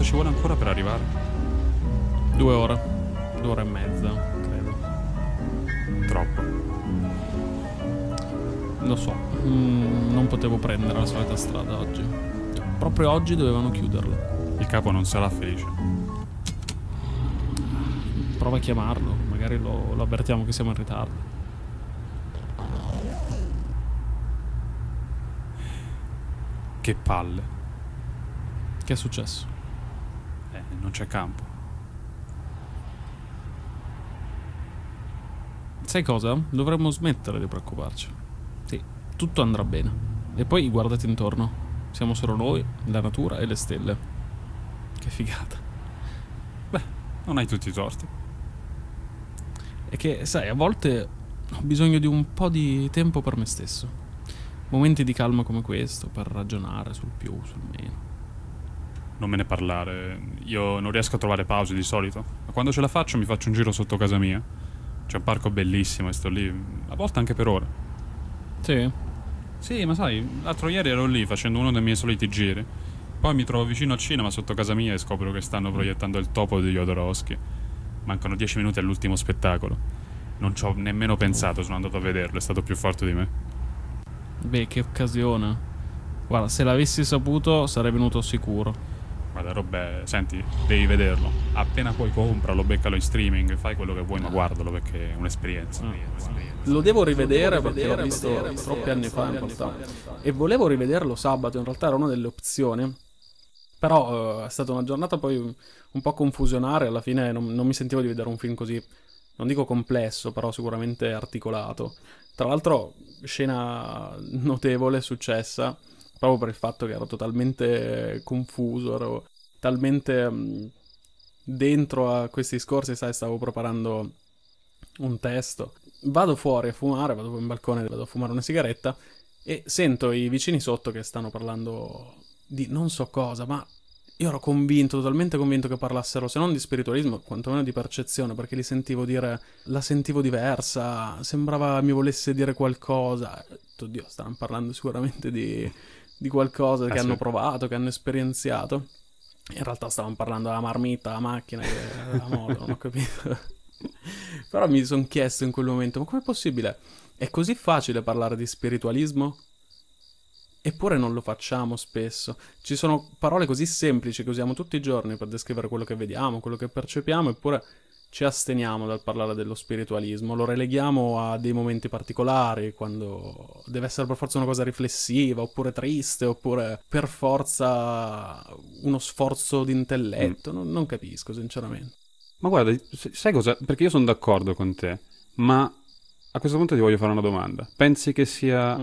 ci vuole ancora per arrivare? 2 ore. 2 ore e mezza, credo. Troppo. Lo so. Non potevo prendere la solita strada oggi. Proprio oggi dovevano chiuderla. Il capo non sarà felice. Prova a chiamarlo. Magari lo avvertiamo che siamo in ritardo. Che palle. Che è successo? Non c'è campo. Sai cosa? Dovremmo smettere di preoccuparci. Sì, tutto andrà bene. E poi guardati intorno. Siamo solo noi, la natura e le stelle. Che figata. Beh, non hai tutti i torti. È che, sai, a volte ho bisogno di un po' di tempo per me stesso. Momenti di calma come questo, per ragionare sul più, sul meno. Non me ne parlare. Io non riesco a trovare pause di solito. Ma quando ce la faccio mi faccio un giro sotto casa mia. C'è un parco bellissimo e sto lì, a volte anche per ore. Sì? Sì, ma sai, l'altro ieri ero lì facendo uno dei miei soliti giri. Poi mi trovo vicino al cinema sotto casa mia e scopro che stanno proiettando il topo di Jodorowsky. Mancano 10 minuti all'ultimo spettacolo. Non ci ho nemmeno pensato, sono andato a vederlo, è stato più forte di me. Beh, che occasione. Guarda, se l'avessi saputo sarei venuto sicuro. Guarda, Robè, senti, devi vederlo. Appena puoi compralo, beccalo in streaming, fai quello che vuoi, ma guardalo perché è un'esperienza. Lo devo rivedere perché l'ho visto troppi anni fa in realtà. E volevo rivederlo sabato, in realtà era una delle opzioni. Però è stata una giornata poi un po' confusionaria, alla fine non mi sentivo di vedere un film così, non dico complesso, però sicuramente articolato. Tra l'altro, scena notevole successa, proprio per il fatto che ero totalmente confuso, ero talmente dentro a questi discorsi, sai, stavo preparando un testo. Vado fuori a fumare, vado in balcone, vado a fumare una sigaretta e sento i vicini sotto che stanno parlando di non so cosa, ma io ero convinto, totalmente convinto che parlassero, se non di spiritualismo, quantomeno di percezione, perché li sentivo dire, la sentivo diversa, sembrava mi volesse dire qualcosa. Oddio, stavano parlando sicuramente di qualcosa che hanno provato, che hanno esperienziato. In realtà stavano parlando della marmitta, la macchina, che era la moda, non ho capito. Però mi sono chiesto in quel momento, ma com'è possibile? È così facile parlare di spiritualismo? Eppure non lo facciamo spesso. Ci sono parole così semplici che usiamo tutti i giorni per descrivere quello che vediamo, quello che percepiamo, eppure ci asteniamo dal parlare dello spiritualismo. Lo releghiamo a dei momenti particolari, quando deve essere per forza una cosa riflessiva, oppure triste, oppure per forza uno sforzo di intelletto. Non capisco, sinceramente. Ma guarda, sai cosa? Perché io sono d'accordo con te, ma a questo punto ti voglio fare una domanda. Pensi che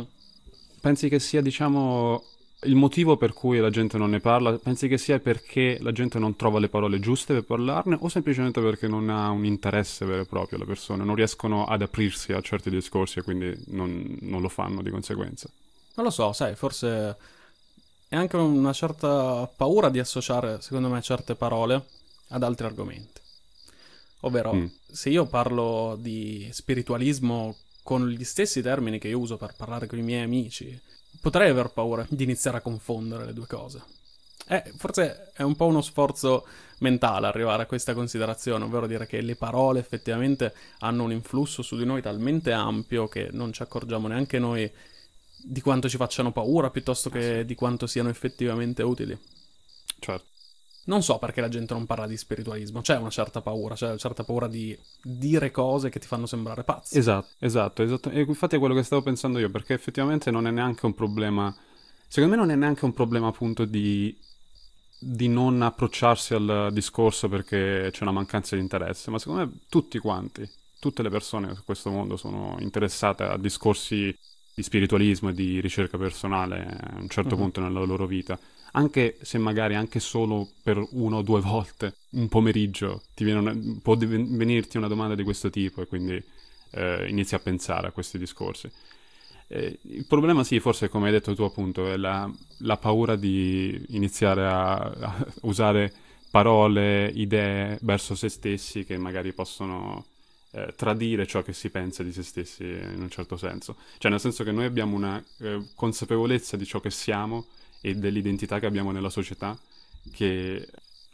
sia, diciamo, il motivo per cui la gente non ne parla? Pensi che sia perché la gente non trova le parole giuste per parlarne o semplicemente perché non ha un interesse vero e proprio le persone? Non riescono ad aprirsi a certi discorsi e quindi non lo fanno di conseguenza? Non lo so, sai, forse è anche una certa paura di associare, secondo me, certe parole ad altri argomenti. Ovvero, se io parlo di spiritualismo con gli stessi termini che io uso per parlare con i miei amici, potrei aver paura di iniziare a confondere le due cose. Forse è un po' uno sforzo mentale arrivare a questa considerazione, ovvero dire che le parole effettivamente hanno un influsso su di noi talmente ampio che non ci accorgiamo neanche noi di quanto ci facciano paura piuttosto che di quanto siano effettivamente utili. Certo. Non so perché la gente non parla di spiritualismo, c'è una certa paura di dire cose che ti fanno sembrare pazzi. Esatto. E infatti è quello che stavo pensando io, perché effettivamente non è neanche un problema. Secondo me non è neanche un problema appunto di non approcciarsi al discorso perché c'è una mancanza di interesse, ma secondo me tutti quanti, tutte le persone su questo mondo sono interessate a discorsi di spiritualismo e di ricerca personale a un certo punto nella loro vita. Anche se magari anche solo per 1 o 2 volte un pomeriggio può venirti una domanda di questo tipo e quindi inizi a pensare a questi discorsi. Il problema sì, forse come hai detto tu appunto, è la paura di iniziare a usare parole, idee verso se stessi che magari possono tradire ciò che si pensa di se stessi in un certo senso. Cioè nel senso che noi abbiamo una consapevolezza di ciò che siamo e dell'identità che abbiamo nella società che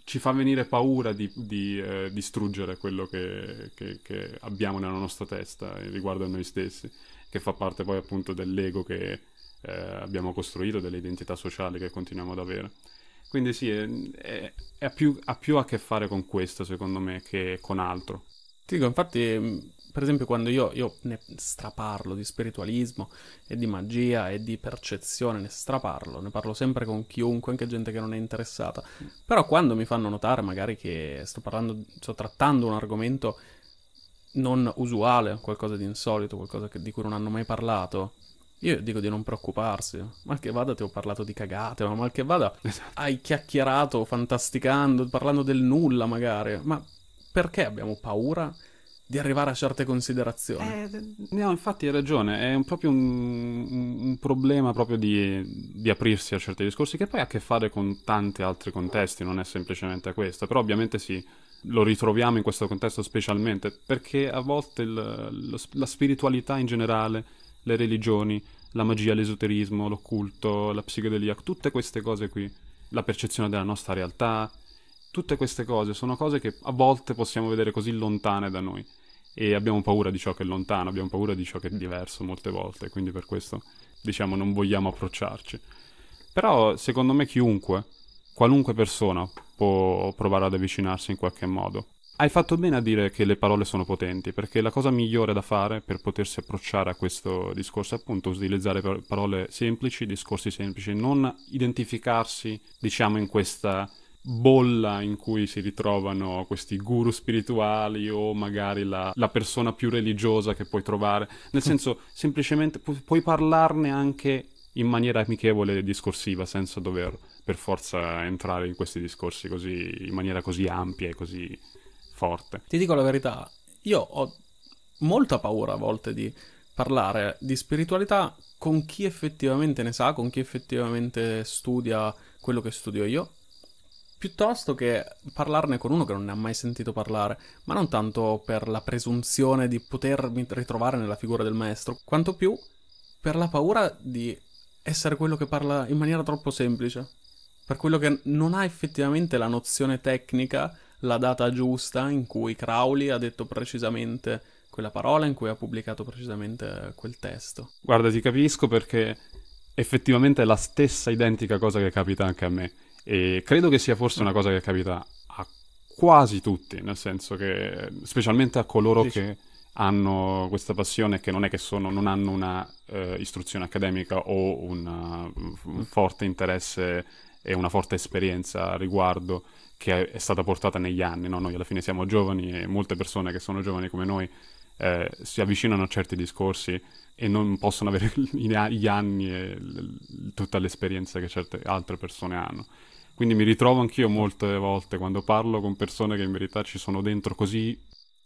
ci fa venire paura di distruggere quello che abbiamo nella nostra testa riguardo a noi stessi, che fa parte poi appunto dell'ego che abbiamo costruito, delle identità sociali che continuiamo ad avere. Quindi sì, ha più a che fare con questo, secondo me, che con altro. Ti dico, infatti, per esempio, quando io ne straparlo di spiritualismo e di magia e di percezione, ne parlo sempre con chiunque, anche gente che non è interessata. Però quando mi fanno notare magari che sto trattando un argomento non usuale, qualcosa di insolito, qualcosa di cui non hanno mai parlato, io dico di non preoccuparsi. Mal che vada ti ho parlato di cagate, ma mal che vada hai chiacchierato, fantasticando, parlando del nulla magari. Ma perché abbiamo paura di arrivare a certe considerazioni? No, infatti hai ragione, è proprio un problema proprio di aprirsi a certi discorsi che poi ha a che fare con tanti altri contesti, non è semplicemente questo, però ovviamente sì, lo ritroviamo in questo contesto specialmente perché a volte la spiritualità in generale, le religioni, la magia, l'esoterismo, l'occulto, la psichedelia, tutte queste cose qui, la percezione della nostra realtà, tutte queste cose sono cose che a volte possiamo vedere così lontane da noi e abbiamo paura di ciò che è lontano, abbiamo paura di ciò che è diverso molte volte, quindi per questo diciamo non vogliamo approcciarci. Però secondo me chiunque, qualunque persona può provare ad avvicinarsi in qualche modo. Hai fatto bene a dire che le parole sono potenti, perché la cosa migliore da fare per potersi approcciare a questo discorso è appunto utilizzare parole semplici, discorsi semplici, non identificarsi, diciamo, in questa bolla in cui si ritrovano questi guru spirituali o magari la persona più religiosa che puoi trovare. Nel senso, semplicemente puoi parlarne anche in maniera amichevole e discorsiva, senza dover per forza entrare in questi discorsi così, in maniera così ampia e così forte. Ti dico la verità, io ho molta paura a volte di parlare di spiritualità con chi effettivamente ne sa, con chi effettivamente studia quello che studio io, piuttosto che parlarne con uno che non ne ha mai sentito parlare, ma non tanto per la presunzione di potermi ritrovare nella figura del maestro, quanto più per la paura di essere quello che parla in maniera troppo semplice, per quello che non ha effettivamente la nozione tecnica, la data giusta in cui Crowley ha detto precisamente quella parola, in cui ha pubblicato precisamente quel testo. Guarda, ti capisco perché effettivamente è la stessa identica cosa che capita anche a me. E credo che sia forse una cosa che capita a quasi tutti, nel senso che, specialmente a coloro che hanno questa passione, che non è che non hanno una istruzione accademica o un forte interesse e una forte esperienza a riguardo che è stata portata negli anni, no? Noi alla fine siamo giovani e molte persone che sono giovani come noi si avvicinano a certi discorsi e non possono avere gli anni e tutta l'esperienza che certe altre persone hanno. Quindi mi ritrovo anch'io molte volte quando parlo con persone che in verità ci sono dentro così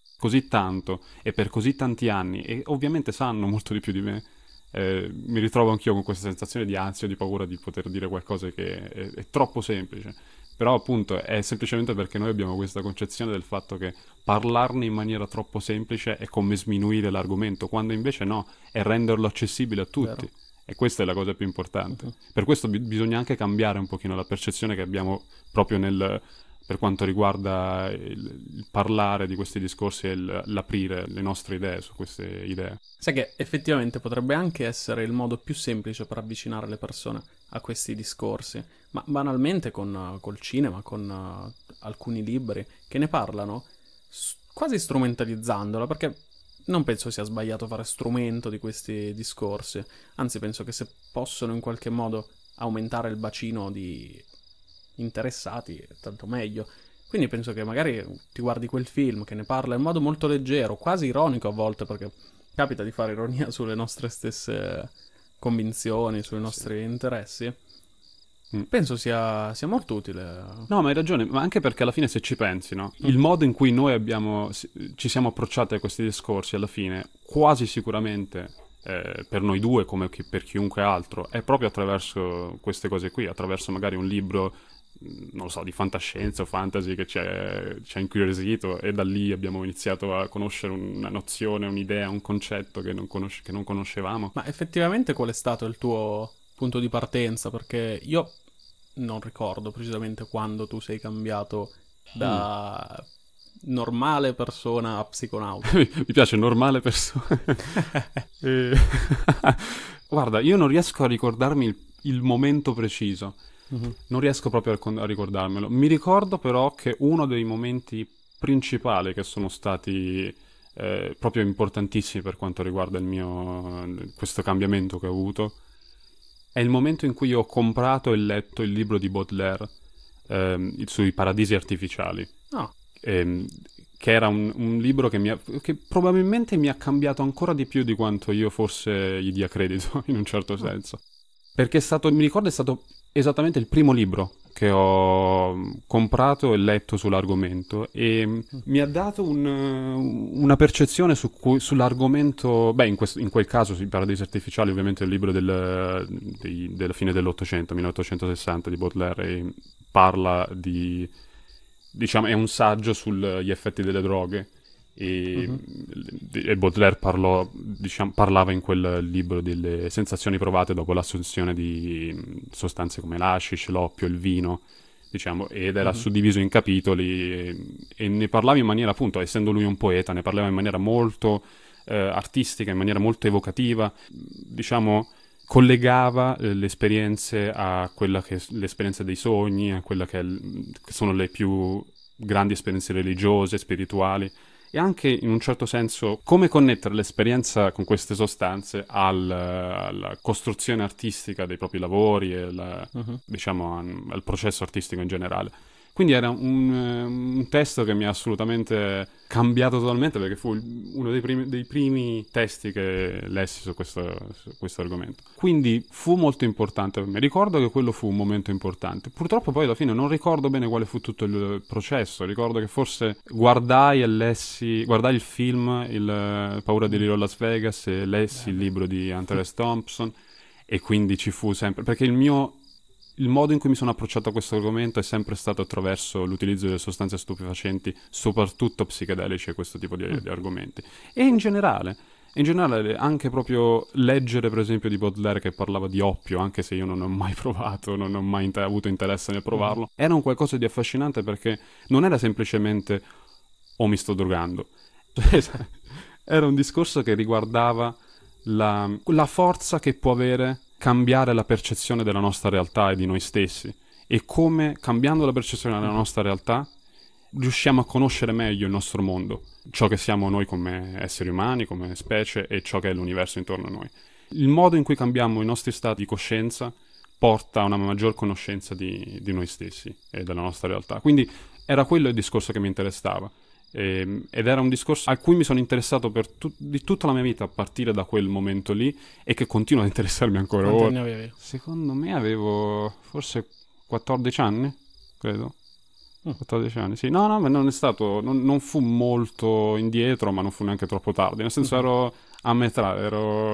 tanto e per così tanti anni e ovviamente sanno molto di più di me. Mi ritrovo anch'io con questa sensazione di ansia, di paura di poter dire qualcosa che è troppo semplice. Però appunto è semplicemente perché noi abbiamo questa concezione del fatto che parlarne in maniera troppo semplice è come sminuire l'argomento, quando invece no, è renderlo accessibile a tutti. Vero. E questa è la cosa più importante. Per questo bisogna anche cambiare un pochino la percezione che abbiamo proprio per quanto riguarda il parlare di questi discorsi e l'aprire le nostre idee su queste idee. Sai che effettivamente potrebbe anche essere il modo più semplice per avvicinare le persone a questi discorsi, ma banalmente col cinema, con alcuni libri che ne parlano, quasi strumentalizzandola, perché non penso sia sbagliato fare strumento di questi discorsi, anzi penso che se possono in qualche modo aumentare il bacino di interessati, tanto meglio. Quindi penso che magari ti guardi quel film che ne parla in modo molto leggero, quasi ironico a volte, perché capita di fare ironia sulle nostre stesse convinzioni, sui nostri interessi. Penso sia molto utile. No, ma hai ragione, ma anche perché alla fine se ci pensi, no? Il modo in cui noi ci siamo approcciati a questi discorsi alla fine, quasi sicuramente per noi due come per chiunque altro, è proprio attraverso queste cose qui, attraverso magari un libro, non lo so, di fantascienza o fantasy che ci ha incuriosito e da lì abbiamo iniziato a conoscere una nozione, un'idea, un concetto che non conoscevamo. Ma effettivamente qual è stato il tuo punto di partenza? Perché io non ricordo precisamente quando tu sei cambiato da normale persona a psiconauta. Mi piace normale persona. E- Guarda, io non riesco a ricordarmi il momento preciso. Mhm. Non riesco proprio a ricordarmelo. Mi ricordo però che uno dei momenti principali che sono stati proprio importantissimi per quanto riguarda questo cambiamento che ho avuto è il momento in cui io ho comprato e letto il libro di Baudelaire sui paradisi artificiali. No. ehm, che era un libro che probabilmente mi ha cambiato ancora di più di quanto io forse gli dia credito, in un certo senso. Perché mi ricordo, è stato esattamente il primo libro che ho comprato e letto sull'argomento e mi ha dato una percezione sull'argomento, beh, in quel caso sui paradisi artificiali, ovviamente il libro della fine dell'Ottocento, 1860 di Baudelaire, e parla diciamo, è un saggio sugli effetti delle droghe e, Mhm. e Baudelaire parlava in quel libro delle sensazioni provate dopo l'assunzione di sostanze come l'hashish, l'oppio, il vino, diciamo, ed era Mhm. suddiviso in capitoli e ne parlava in maniera, appunto, essendo lui un poeta, ne parlava in maniera molto artistica, in maniera molto evocativa, diciamo collegava le esperienze a quella che è l'esperienza dei sogni, a quella che sono le più grandi esperienze religiose, spirituali e anche in un certo senso come connettere l'esperienza con queste sostanze alla costruzione artistica dei propri lavori e Mhm. diciamo al processo artistico in generale. Quindi era un testo che mi ha assolutamente cambiato totalmente perché fu uno dei primi testi che lessi su questo argomento. Quindi fu molto importante per me. Ricordo che quello fu un momento importante. Purtroppo poi alla fine non ricordo bene quale fu tutto il processo. Ricordo che forse guardai il film Paura di Liro Las Vegas e lessi il libro di Hunter S. Thompson e quindi ci fu sempre... Perché il modo in cui mi sono approcciato a questo argomento è sempre stato attraverso l'utilizzo delle sostanze stupefacenti, soprattutto psichedelici e questo tipo di argomenti. E in generale, anche proprio leggere, per esempio, di Baudelaire che parlava di oppio, anche se io non ho mai provato, non ho mai avuto interesse nel Mhm. provarlo, era un qualcosa di affascinante perché non era semplicemente "oh, mi sto drogando". Era un discorso che riguardava la forza che può avere cambiare la percezione della nostra realtà e di noi stessi e come cambiando la percezione della Mhm. nostra realtà riusciamo a conoscere meglio il nostro mondo, ciò che siamo noi come esseri umani, come specie e ciò che è l'universo intorno a noi. Il modo in cui cambiamo i nostri stati di coscienza porta a una maggior conoscenza di noi stessi e della nostra realtà. Quindi era quello il discorso che mi interessava. Ed era un discorso a cui mi sono interessato di tutta la mia vita a partire da quel momento lì e che continua ad interessarmi ancora Quanti ora. anni avevi? Secondo me avevo forse 14 anni, credo. Mm. 14 anni, sì. No, no, ma non è stato, non fu molto indietro, ma non fu neanche troppo tardi. Nel senso Mhm. ero a metà, ero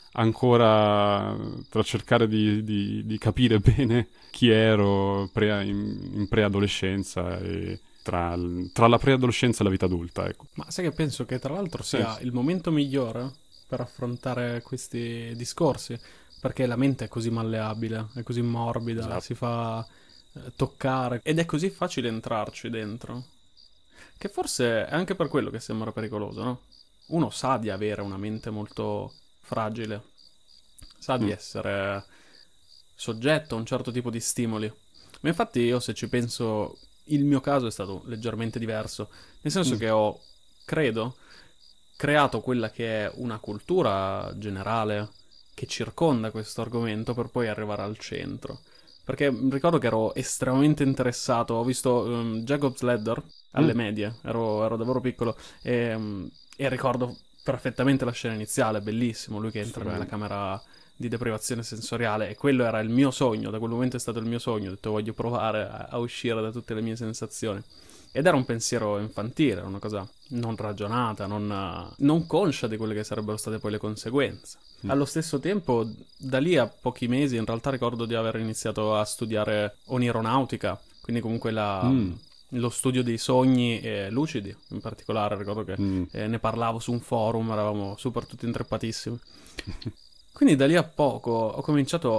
ancora tra cercare di capire bene chi ero in preadolescenza e tra la preadolescenza e la vita adulta, ecco. Ma sai che penso che tra l'altro Sì, sia il momento migliore per affrontare questi discorsi, perché la mente è così malleabile, è così morbida, esatto. si fa toccare ed è così facile entrarci dentro, che forse è anche per quello che sembra pericoloso, no? Uno sa di avere una mente molto fragile, sa di Mm, essere soggetto a un certo tipo di stimoli. Ma infatti io se ci penso, il mio caso è stato leggermente diverso, nel senso mm, che ho, credo, creato quella che è una cultura generale che circonda questo argomento per poi arrivare al centro. Perché ricordo che ero estremamente interessato, ho visto Jacob's Ladder alle mm, medie, ero davvero piccolo e ricordo perfettamente la scena iniziale, bellissimo, lui che entra nella stupendo. camera di deprivazione sensoriale e quello era il mio sogno, da quel momento è stato il mio sogno, ho detto voglio provare a uscire da tutte le mie sensazioni. Ed era un pensiero infantile, era una cosa non ragionata, non conscia di quelle che sarebbero state poi le conseguenze. Mm, Allo stesso tempo, da lì a pochi mesi, in realtà ricordo di aver iniziato a studiare onironautica, quindi comunque mm, lo studio dei sogni lucidi, in particolare, ricordo che mm. ne parlavo su un forum, eravamo super tutti intreppatissimi. Quindi da lì a poco ho cominciato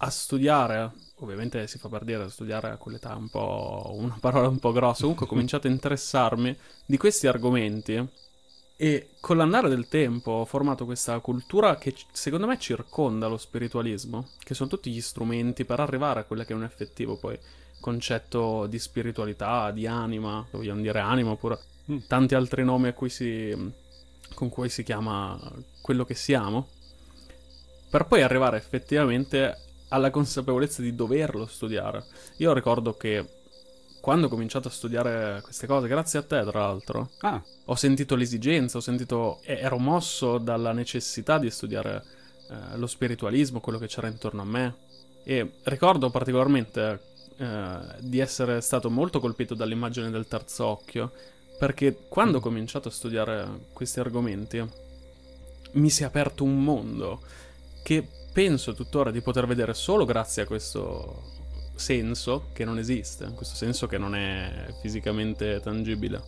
a studiare, ovviamente si fa per dire studiare a quell'età è un po' una parola un po' grossa, comunque ho cominciato a interessarmi di questi argomenti e con l'andare del tempo ho formato questa cultura che secondo me circonda lo spiritualismo, che sono tutti gli strumenti per arrivare a quello che è un effettivo poi concetto di spiritualità, di anima, vogliamo dire anima oppure tanti altri nomi con cui si chiama quello che siamo, per poi arrivare effettivamente alla consapevolezza di doverlo studiare. Io ricordo che quando ho cominciato a studiare queste cose, grazie a te tra l'altro, Ah, ho sentito l'esigenza, ero mosso dalla necessità di studiare lo spiritualismo, quello che c'era intorno a me. E ricordo particolarmente di essere stato molto colpito dall'immagine del terzo occhio, perché quando ho cominciato a studiare questi argomenti mi si è aperto un mondo che penso tuttora di poter vedere solo grazie a questo senso che non esiste, questo senso che non è fisicamente tangibile.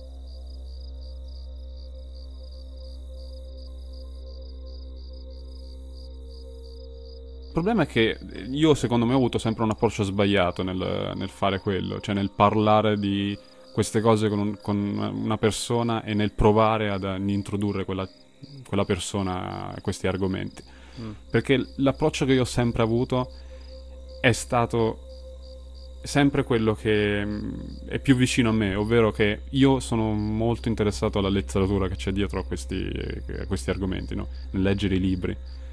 il problema è che io secondo me ho avuto sempre un approccio sbagliato nel fare quello, cioè nel parlare di queste cose con una persona e nel provare ad introdurre quella persona a questi argomenti. Perché l'approccio che io ho sempre avuto è stato sempre quello che è più vicino a me, ovvero che io sono molto interessato alla letteratura che c'è dietro a questi argomenti, no? Nel leggere i libri.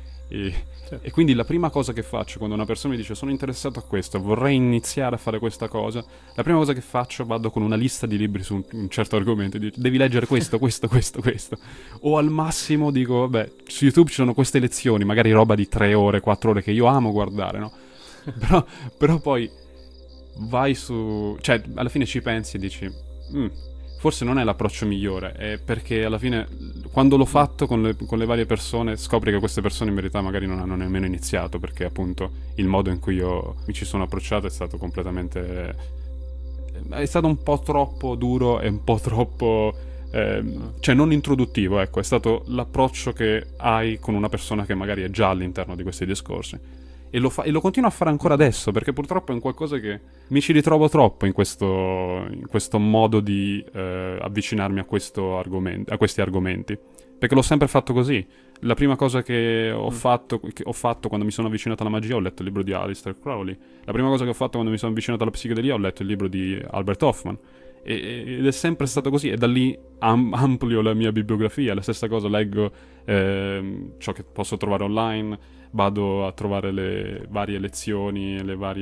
E quindi la prima cosa che faccio quando una persona mi dice sono interessato a questo, vorrei iniziare a fare questa cosa, la prima cosa che faccio vado con una lista di libri su un certo argomento e dico devi leggere questo, questo, questo, questo. O al massimo dico vabbè, su YouTube ci sono queste lezioni, magari roba di 3 ore, 4 ore che io amo guardare, no? però poi vai su... cioè alla fine ci pensi e dici forse non è l'approccio migliore, perché alla fine quando l'ho fatto con le varie persone scopri che queste persone in verità magari non hanno nemmeno iniziato, perché appunto il modo in cui io mi ci sono approcciato è stato completamente... è stato un po' troppo duro e un po' troppo... cioè non introduttivo, ecco, è stato l'approccio che hai con una persona che magari è già all'interno di questi discorsi. E lo continuo a fare ancora adesso, perché purtroppo è un qualcosa che mi ci ritrovo troppo in questo modo di avvicinarmi a questi argomenti. Perché l'ho sempre fatto così. La prima cosa che ho fatto quando mi sono avvicinato alla magia, ho letto il libro di Aleister Crowley. La prima cosa che ho fatto quando mi sono avvicinato alla psichedelia, ho letto il libro di Albert Hoffman. Ed è sempre stato così, e da lì amplio la mia bibliografia. La stessa cosa, leggo ciò che posso trovare online, vado a trovare le varie lezioni,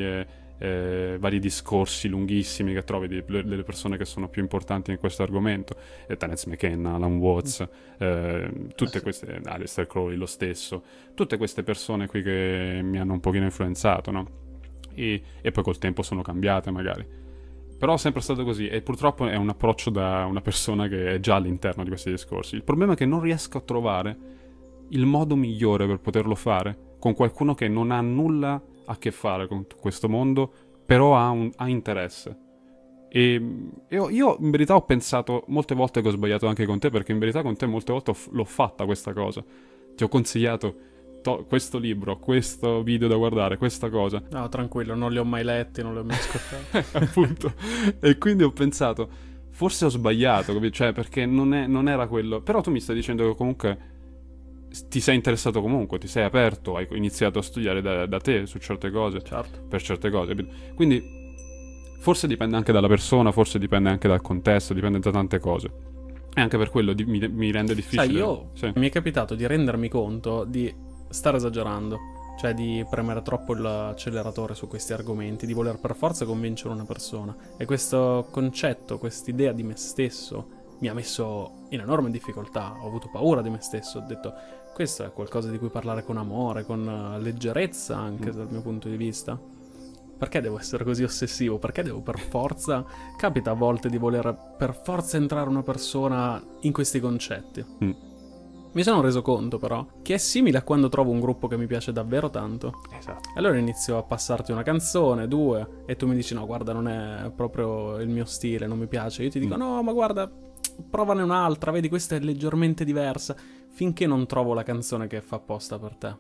vari discorsi lunghissimi che trovi delle persone che sono più importanti in questo argomento, Terence McKenna, Alan Watts, tutte queste, Aleister Crowley lo stesso, tutte queste persone qui che mi hanno un pochino influenzato, no? E poi col tempo sono cambiate magari. Però è sempre stato così, e purtroppo è un approccio da una persona che è già all'interno di questi discorsi. Il problema è che non riesco a trovare il modo migliore per poterlo fare con qualcuno che non ha nulla a che fare con questo mondo, però ha interesse. E io in verità ho pensato molte volte che ho sbagliato anche con te, perché in verità con te molte volte l'ho fatta questa cosa. Ti ho consigliato questo libro, questo video da guardare, questa cosa. No, tranquillo, non li ho mai letti, non li ho mai ascoltati. Appunto. E quindi ho pensato, forse ho sbagliato, cioè perché non era quello. Però tu mi stai dicendo che comunque ti sei interessato comunque, ti sei aperto, hai iniziato a studiare da te su certe cose, Certo. per certe cose. Quindi forse dipende anche dalla persona, forse dipende anche dal contesto, dipende da tante cose. E anche per quello mi rende difficile. Sai, mi è capitato di rendermi conto di stare esagerando, cioè di premere troppo l'acceleratore su questi argomenti, di voler per forza convincere una persona. E questo concetto, quest'idea di me stesso mi ha messo in enorme difficoltà. Ho avuto paura di me stesso, ho detto questo è qualcosa di cui parlare con amore, con leggerezza anche dal mio punto di vista. Perché devo essere così ossessivo? Perché devo per forza... Capita a volte di voler per forza entrare una persona in questi concetti. Mi sono reso conto però che è simile a quando trovo un gruppo che mi piace davvero tanto. Esatto. Allora inizio a passarti una canzone, 2, e tu mi dici no guarda non è proprio il mio stile, non mi piace. Io ti dico no ma guarda provane un'altra, vedi questa è leggermente diversa, finché non trovo la canzone che fa apposta per te.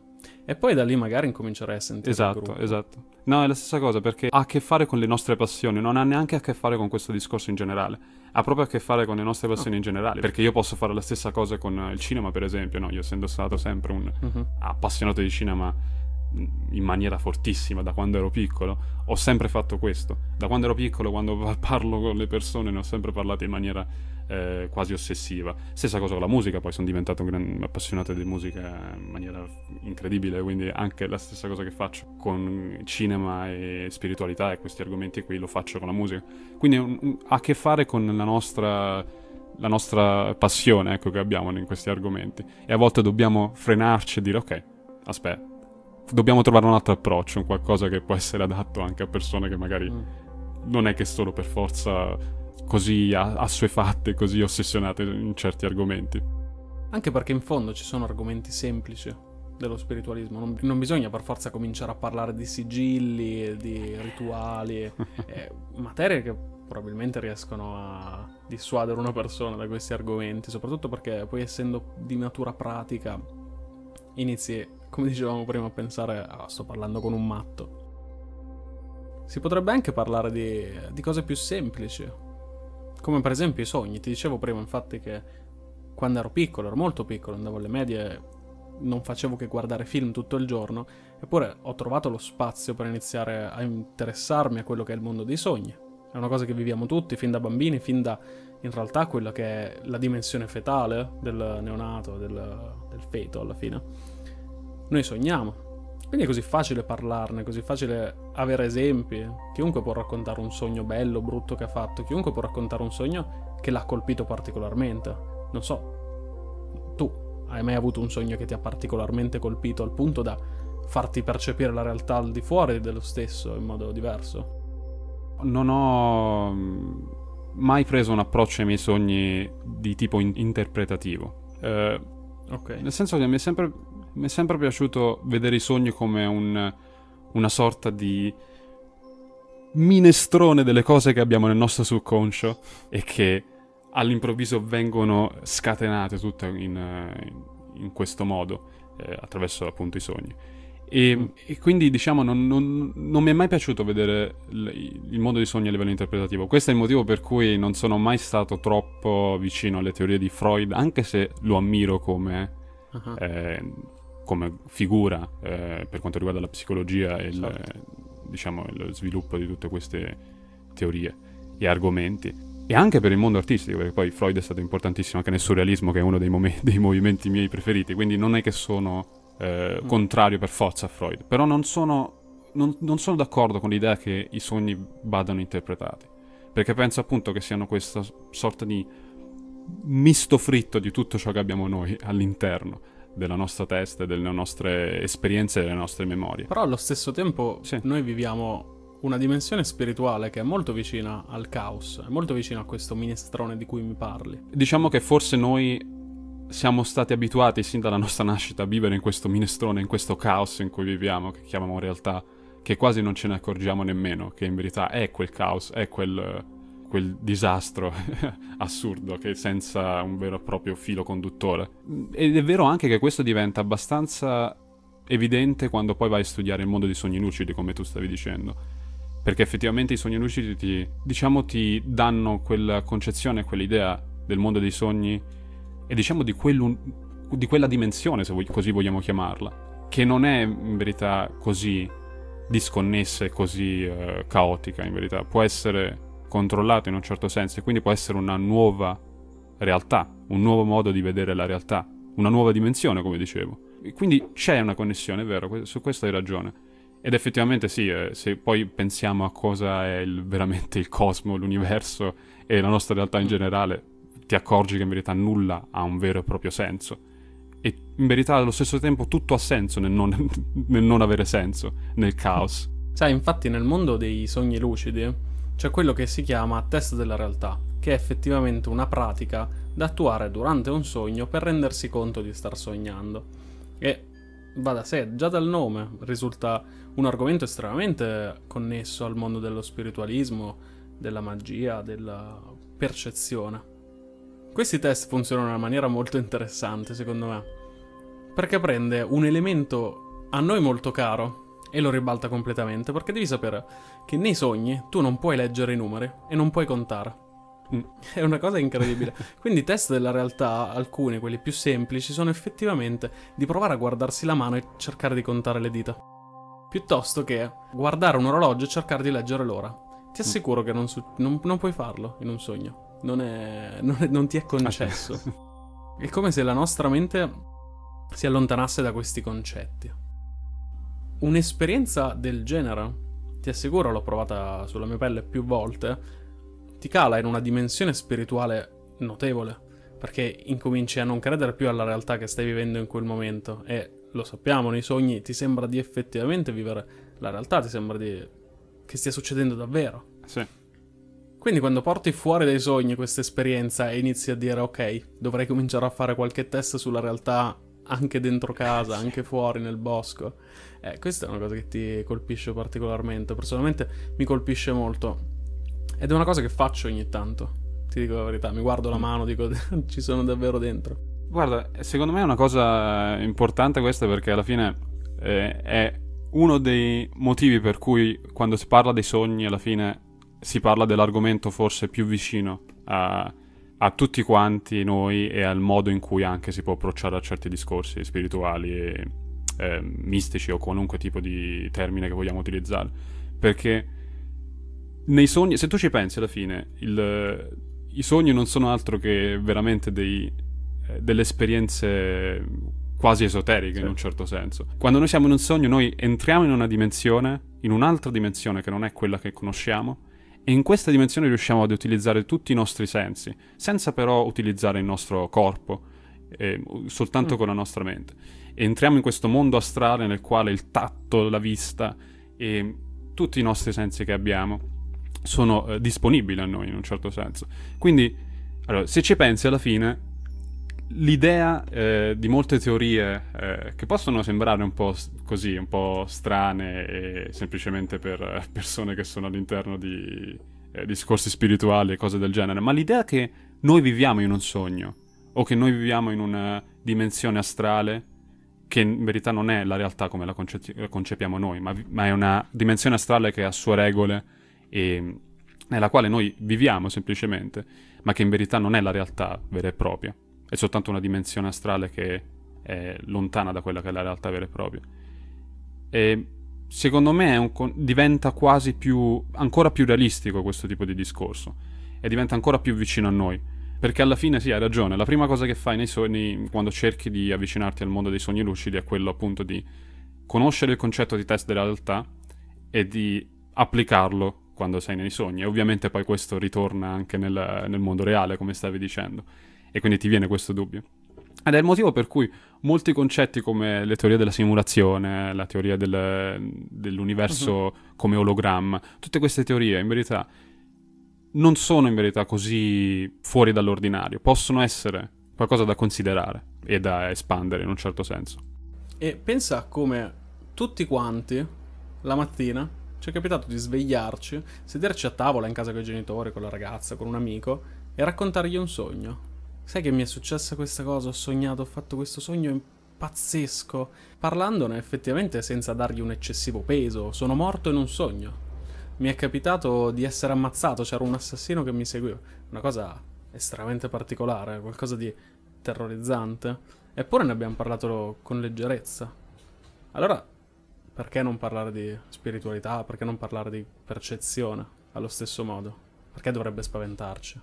E poi da lì magari incomincerai a sentire il Esatto, gruppo. esatto. No, è la stessa cosa perché ha a che fare con le nostre passioni, non ha neanche a che fare con questo discorso in generale. Ha proprio a che fare con le nostre passioni in generale. Perché io posso fare la stessa cosa con il cinema, per esempio, no? Io essendo stato sempre un appassionato di cinema in maniera fortissima da quando ero piccolo, ho sempre fatto questo. Da quando ero piccolo, quando parlo con le persone, ne ho sempre parlato in maniera quasi ossessiva. Stessa cosa con la musica, poi sono diventato un gran appassionato di musica in maniera incredibile, quindi anche la stessa cosa che faccio con cinema e spiritualità e questi argomenti qui lo faccio con la musica. Quindi ha a che fare con la nostra passione, ecco, che abbiamo in questi argomenti. E a volte dobbiamo frenarci e dire ok, aspetta, dobbiamo trovare un altro approccio, un qualcosa che può essere adatto anche a persone che magari non è che solo per forza così assuefatte, così ossessionate in certi argomenti. Anche perché in fondo ci sono argomenti semplici dello spiritualismo. Non bisogna per forza cominciare a parlare di sigilli, di rituali, materie che probabilmente riescono a dissuadere una persona da questi argomenti, soprattutto perché poi essendo di natura pratica inizi, come dicevamo prima, a pensare sto parlando con un matto. Si potrebbe anche parlare di cose più semplici, come per esempio i sogni. Ti dicevo prima infatti che quando ero piccolo, ero molto piccolo, andavo alle medie, non facevo che guardare film tutto il giorno, eppure ho trovato lo spazio per iniziare a interessarmi a quello che è il mondo dei sogni. È una cosa che viviamo tutti, fin da bambini, fin da, in realtà, quella che è la dimensione fetale del neonato, del feto alla fine. Noi sogniamo. Quindi è così facile parlarne, così facile avere esempi. Chiunque può raccontare un sogno bello, brutto che ha fatto, chiunque può raccontare un sogno che l'ha colpito particolarmente. Non so, tu hai mai avuto un sogno che ti ha particolarmente colpito al punto da farti percepire la realtà al di fuori dello stesso in modo diverso? Non ho mai preso un approccio ai miei sogni di tipo interpretativo. Ok. Nel senso che mi è sempre piaciuto vedere i sogni come una sorta di minestrone delle cose che abbiamo nel nostro subconscio e che all'improvviso vengono scatenate tutte in questo modo, attraverso appunto i sogni. E quindi diciamo non mi è mai piaciuto vedere il mondo dei sogni a livello interpretativo. Questo è il motivo per cui non sono mai stato troppo vicino alle teorie di Freud, anche se lo ammiro come figura per quanto riguarda la psicologia e diciamo, lo sviluppo di tutte queste teorie e argomenti. E anche per il mondo artistico, perché poi Freud è stato importantissimo anche nel surrealismo, che è uno dei movimenti miei preferiti, quindi non è che sono contrario per forza a Freud, però non sono d'accordo con l'idea che i sogni vadano interpretati, perché penso appunto che siano questa sorta di misto fritto di tutto ciò che abbiamo noi all'interno della nostra testa, delle nostre esperienze e delle nostre memorie. Però allo stesso tempo noi viviamo una dimensione spirituale che è molto vicina al caos, è molto vicina a questo minestrone di cui mi parli. Diciamo che forse noi siamo stati abituati sin dalla nostra nascita a vivere in questo minestrone, in questo caos in cui viviamo, che chiamiamo realtà, che quasi non ce ne accorgiamo nemmeno, che in verità è quel caos, è quel disastro assurdo che senza un vero e proprio filo conduttore. Ed è vero anche che questo diventa abbastanza evidente quando poi vai a studiare il mondo dei sogni lucidi, come tu stavi dicendo, perché effettivamente i sogni lucidi ti danno quella concezione, quell'idea del mondo dei sogni e diciamo di quella dimensione, se così vogliamo chiamarla, che non è in verità così disconnessa e così caotica. In verità può essere controllato in un certo senso e quindi può essere una nuova realtà, un nuovo modo di vedere la realtà, una nuova dimensione, come dicevo. E quindi c'è una connessione, è vero, su questo hai ragione. Ed effettivamente sì, se poi pensiamo a cosa è veramente il cosmo, l'universo e la nostra realtà in generale, ti accorgi che in verità nulla ha un vero e proprio senso. E in verità allo stesso tempo tutto ha senso nel non avere senso, nel caos. Sai, infatti nel mondo dei sogni lucidi c'è quello che si chiama test della realtà, che è effettivamente una pratica da attuare durante un sogno per rendersi conto di star sognando. E va da sé, già dal nome risulta un argomento estremamente connesso al mondo dello spiritualismo, della magia, della percezione. Questi test funzionano in una maniera molto interessante, secondo me, perché prende un elemento a noi molto caro e lo ribalta completamente, perché devi sapere che nei sogni tu non puoi leggere i numeri e non puoi contare. È una cosa incredibile. Quindi i test della realtà, alcuni, quelli più semplici, sono effettivamente di provare a guardarsi la mano e cercare di contare le dita, piuttosto che guardare un orologio e cercare di leggere l'ora. Ti assicuro che non puoi farlo in un sogno. Non ti è concesso. È come se la nostra mente si allontanasse da questi concetti. Un'esperienza del genere, ti assicuro, l'ho provata sulla mia pelle più volte, ti cala in una dimensione spirituale notevole, perché incominci a non credere più alla realtà che stai vivendo in quel momento, e lo sappiamo, nei sogni ti sembra di effettivamente vivere la realtà, ti sembra che stia succedendo davvero. Sì. Quindi quando porti fuori dai sogni questa esperienza e inizi a dire ok, dovrei cominciare a fare qualche test sulla realtà anche dentro casa, anche fuori nel bosco, questa è una cosa che ti colpisce particolarmente. Personalmente mi colpisce molto. Ed è una cosa che faccio ogni tanto, ti dico la verità, mi guardo la mano, dico ci sono davvero dentro. Guarda, secondo me è una cosa importante questa, perché alla fine è uno dei motivi per cui quando si parla dei sogni alla fine si parla dell'argomento forse più vicino a tutti quanti noi e al modo in cui anche si può approcciare a certi discorsi spirituali e mistici o qualunque tipo di termine che vogliamo utilizzare, perché nei sogni, se tu ci pensi alla fine, i sogni non sono altro che veramente delle esperienze quasi esoteriche, sì, in un certo senso. Quando noi siamo in un sogno, noi entriamo in una dimensione, in un'altra dimensione che non è quella che conosciamo, e in questa dimensione riusciamo ad utilizzare tutti i nostri sensi, senza però utilizzare il nostro corpo, soltanto con la nostra mente. E entriamo in questo mondo astrale nel quale il tatto, la vista e tutti i nostri sensi che abbiamo sono disponibili a noi in un certo senso. Quindi, allora, se ci pensi alla fine, l'idea di molte teorie che possono sembrare un po' così, un po' strane e semplicemente per persone che sono all'interno di discorsi spirituali e cose del genere, ma l'idea che noi viviamo in un sogno o che noi viviamo in una dimensione astrale che in verità non è la realtà come la concepiamo noi, ma è una dimensione astrale che ha sue regole e nella quale noi viviamo semplicemente, ma che in verità non è la realtà vera e propria. È soltanto una dimensione astrale che è lontana da quella che è la realtà vera e propria. E secondo me diventa quasi ancora più realistico questo tipo di discorso, e diventa ancora più vicino a noi, perché alla fine sì, hai ragione, la prima cosa che fai nei sogni, quando cerchi di avvicinarti al mondo dei sogni lucidi, è quello appunto di conoscere il concetto di test della realtà e di applicarlo quando sei nei sogni, e ovviamente poi questo ritorna anche nel mondo reale, come stavi dicendo, e quindi ti viene questo dubbio. Ed è il motivo per cui molti concetti come le teorie della simulazione, la teoria dell'universo come ologramma, tutte queste teorie in verità non sono in verità così fuori dall'ordinario, possono essere qualcosa da considerare e da espandere in un certo senso. E pensa a come tutti quanti la mattina ci è capitato di svegliarci, sederci a tavola in casa con i genitori, con la ragazza, con un amico e raccontargli un sogno. Sai che mi è successa questa cosa? Ho sognato, ho fatto questo sogno pazzesco, parlandone effettivamente senza dargli un eccessivo peso. Sono morto in un sogno. Mi è capitato di essere ammazzato, c'era un assassino che mi seguiva. Una cosa estremamente particolare, qualcosa di terrorizzante. Eppure ne abbiamo parlato con leggerezza. Allora, perché non parlare di spiritualità? Perché non parlare di percezione allo stesso modo? Perché dovrebbe spaventarci?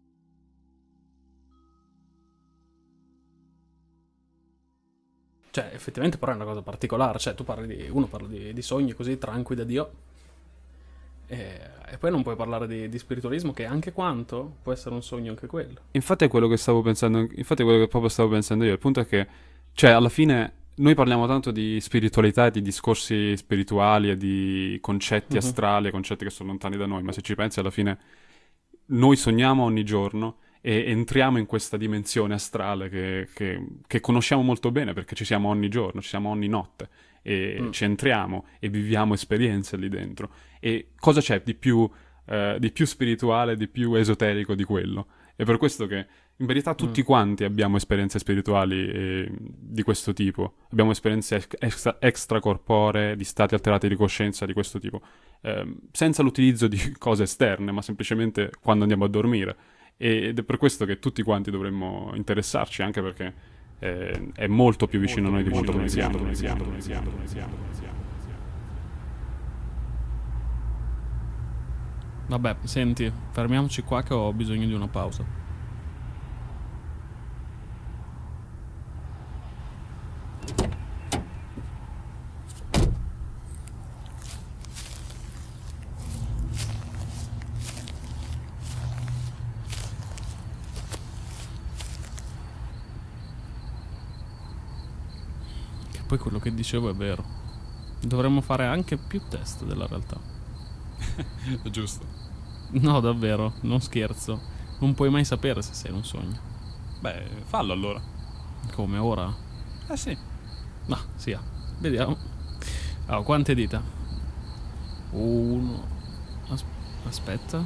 Cioè, effettivamente però è una cosa particolare. Cioè, uno parla di sogni così, tranqui da Dio, e poi non puoi parlare di spiritualismo, che anche quanto può essere un sogno anche quello. Infatti è quello che stavo pensando, infatti è quello che proprio stavo pensando io. Il punto è che, cioè, alla fine noi parliamo tanto di spiritualità e di discorsi spirituali e di concetti astrali, concetti che sono lontani da noi, ma se ci pensi alla fine noi sogniamo ogni giorno e entriamo in questa dimensione astrale che conosciamo molto bene, perché ci siamo ogni giorno, ci siamo ogni notte e ci entriamo e viviamo esperienze lì dentro. E cosa c'è di più spirituale, di più esoterico di quello? È per questo che in verità tutti quanti abbiamo esperienze spirituali di questo tipo, abbiamo esperienze extracorporee, di stati alterati di coscienza di questo tipo, senza l'utilizzo di cose esterne, ma semplicemente quando andiamo a dormire. Ed è per questo che tutti quanti dovremmo interessarci, anche perché è molto più vicino a noi di quanto pensiamo. Vabbè, senti, fermiamoci qua che ho bisogno di una pausa. Che poi quello che dicevo è vero. Dovremmo fare anche più test della realtà. Giusto. No, davvero, non scherzo. Non puoi mai sapere se sei in un sogno. Beh, fallo allora. Come ora? Eh sì. Ma, sia. Vediamo. Allora, quante dita? Uno. Aspetta.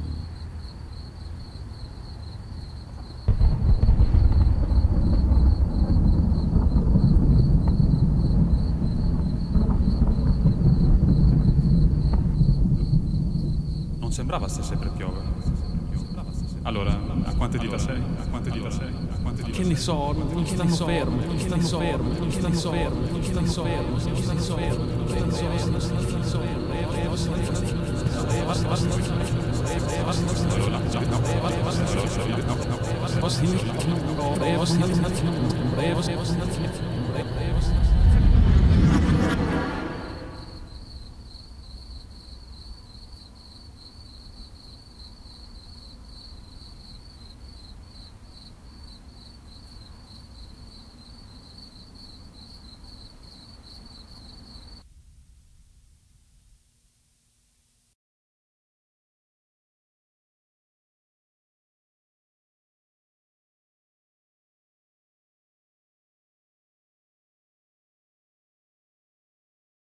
Non sembrava stesse per piovere. Allora, a quante dita sei? A quante dita sei? A quante dita Che ne so, non stanno ferme, non stanno ferme, non stanno ferme, non stanno ferme, non stanno ferme, non stanno ferme.